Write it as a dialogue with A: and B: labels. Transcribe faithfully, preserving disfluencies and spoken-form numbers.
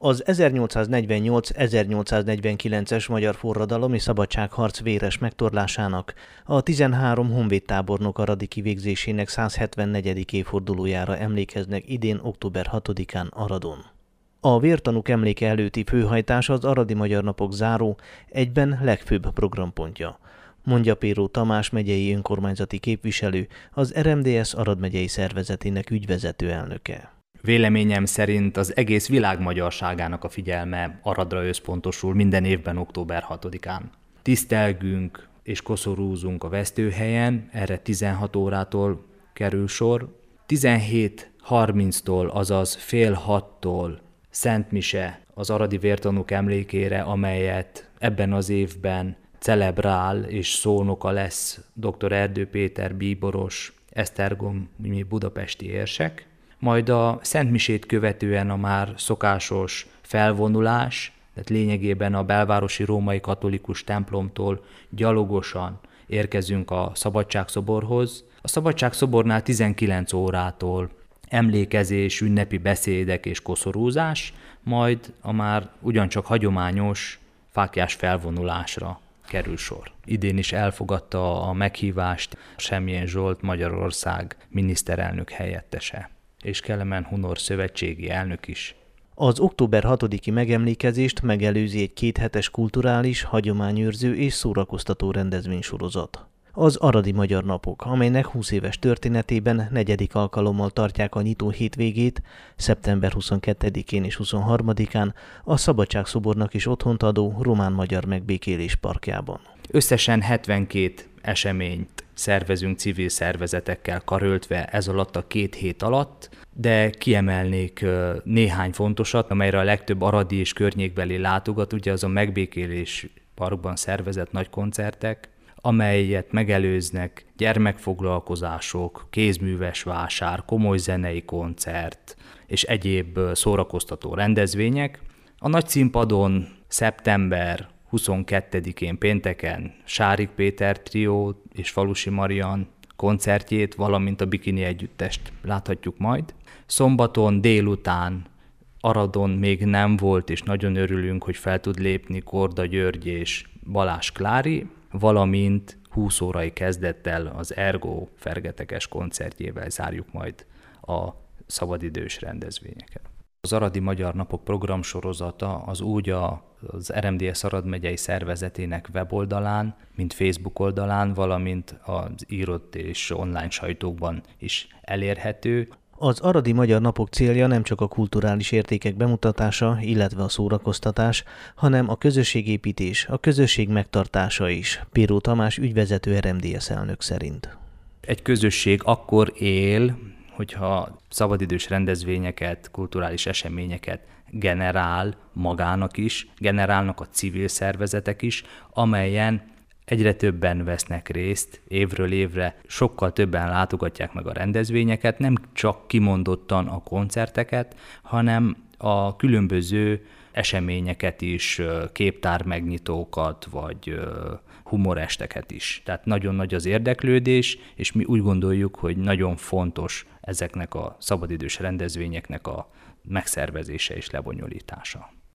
A: Az ezernyolcszáznegyvennyolc-ezernyolcszáznegyvenkilences magyar forradalom és szabadságharc véres megtorlásának, a tizenhárom honvédtábornok aradi kivégzésének száz hetvennegyedik évfordulójára emlékeznek idén október hatodikán Aradon. A vértanúk emléke előtti főhajtás az Aradi Magyar Napok záró, egyben legfőbb programpontja, mondja Péró Tamás megyei önkormányzati képviselő, az er em dé es Arad megyei szervezetének ügyvezető elnöke.
B: Véleményem szerint az egész világ magyarságának a figyelme Aradra összpontosul minden évben október hatodikán. Tisztelgünk és koszorúzunk a vesztőhelyen, erre tizenhat órától kerül sor. tizenhét harminctól, azaz fél hattól Szent Mise az aradi vértanúk emlékére, amelyet ebben az évben celebrál és szónoka lesz dr. Erdő Péter bíboros, esztergomi budapesti érsek. Majd a Szent Misét követően a már szokásos felvonulás, tehát lényegében a belvárosi római katolikus templomtól gyalogosan érkezünk a Szabadságszoborhoz. A Szabadságszobornál tizenkilenc órától emlékezés, ünnepi beszédek és koszorúzás, majd a már ugyancsak hagyományos fáklyás felvonulásra kerül sor. Idén is elfogadta a meghívást Semjén Zsolt, Magyarország miniszterelnök helyettese, és Kelemen Hunor szövetségi elnök is.
A: Az október hatodiki megemlékezést megelőzi egy kéthetes kulturális, hagyományőrző és szórakoztató rendezvénysorozat. Az Aradi Magyar Napok, amelynek húsz éves történetében negyedik alkalommal tartják a nyitó hétvégét, szeptember huszonkettedikén és huszonharmadikán a Szabadságszobornak is otthont adó Román-Magyar Megbékélés Parkjában.
B: Összesen hetvenkét eseményt szervezünk civil szervezetekkel karöltve ez alatt a két hét alatt, de kiemelnék néhány fontosat, amelyre a legtöbb aradi és környékbeli látogat, ugye az a Megbékélés Parkban szervezett nagy koncertek, amelyet megelőznek gyermekfoglalkozások, kézműves vásár, komoly zenei koncert és egyéb szórakoztató rendezvények. A nagy színpadon szeptember huszonkettedikén pénteken Sárik Péter trió és Falusi Marian koncertjét, valamint a Bikini együttest láthatjuk majd. Szombaton délután Aradon még nem volt, és nagyon örülünk, hogy fel tud lépni Korda György és Balázs Klári, valamint húsz órai kezdettel az Ergo fergeteges koncertjével zárjuk majd a szabadidős rendezvényeket. Az Aradi Magyar Napok programsorozata az úgy az er em dé es Arad megyei szervezetének weboldalán, mint Facebook oldalán, valamint az írott és online sajtókban is elérhető.
A: Az Aradi Magyar Napok célja nem csak a kulturális értékek bemutatása, illetve a szórakoztatás, hanem a közösségépítés, a közösség megtartása is, Péró Tamás ügyvezető er em dé es elnök szerint.
B: Egy közösség akkor él, hogyha szabadidős rendezvényeket, kulturális eseményeket generál magának is, generálnak a civil szervezetek is, amelyen egyre többen vesznek részt, évről évre sokkal többen látogatják meg a rendezvényeket, nem csak kimondottan a koncerteket, hanem a különböző eseményeket is, képtár megnyitókat, vagy humoresteket is. Tehát nagyon nagy az érdeklődés, és mi úgy gondoljuk, hogy nagyon fontos ezeknek a szabadidős rendezvényeknek a megszervezése és lebonyolítása.